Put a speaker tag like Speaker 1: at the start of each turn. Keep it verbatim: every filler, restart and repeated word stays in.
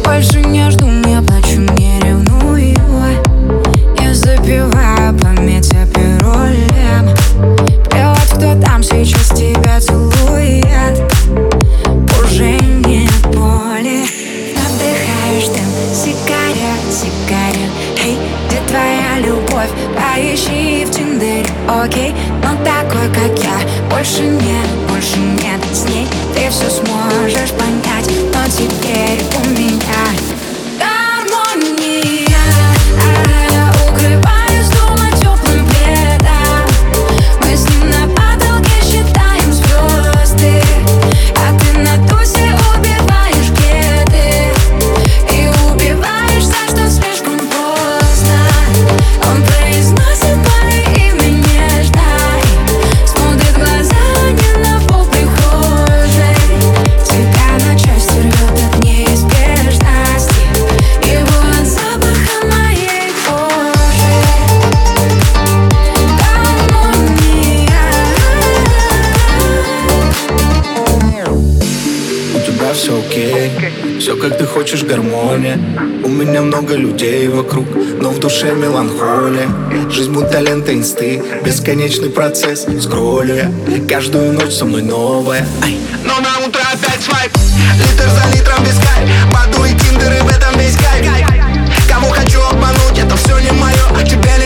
Speaker 1: Больше не жду, не плачу, не ревную. Не забиваю память о паролем. Плевать, кто там сейчас тебя целует. Уже нет боли. Вдыхаешь дым сигарет, сигарет. Эй, где твоя любовь? Поищи в Тиндере, окей. Но такой, как я, больше нет, больше нет. С ней ты все сможешь понять. Но теперь у меня гармония. Я укрываюсь дома теплым пледом. Мы с ним на потолке считаем звезды. А ты на тусе убиваешь кеды. И убиваешься, что слишком поздно. Он произносит мое имя нежно. Смотрит в глаза не на пол прихожей. Тебя на части рвет от неизбежности. Его от запаха моей кожи. Гармония.
Speaker 2: У тебя все окей, все как ты хочешь, гармония. У меня много людей вокруг, но в душе меланхолия. Жизнь будто лента инсты, бесконечный процесс. Скроллю я, каждую ночь со мной новая. Ай. Но на утро опять свайп, литр за литром без кайф. Баду и тиндер, и в этом весь кайф. Кого хочу обмануть, это все не мое, а тебе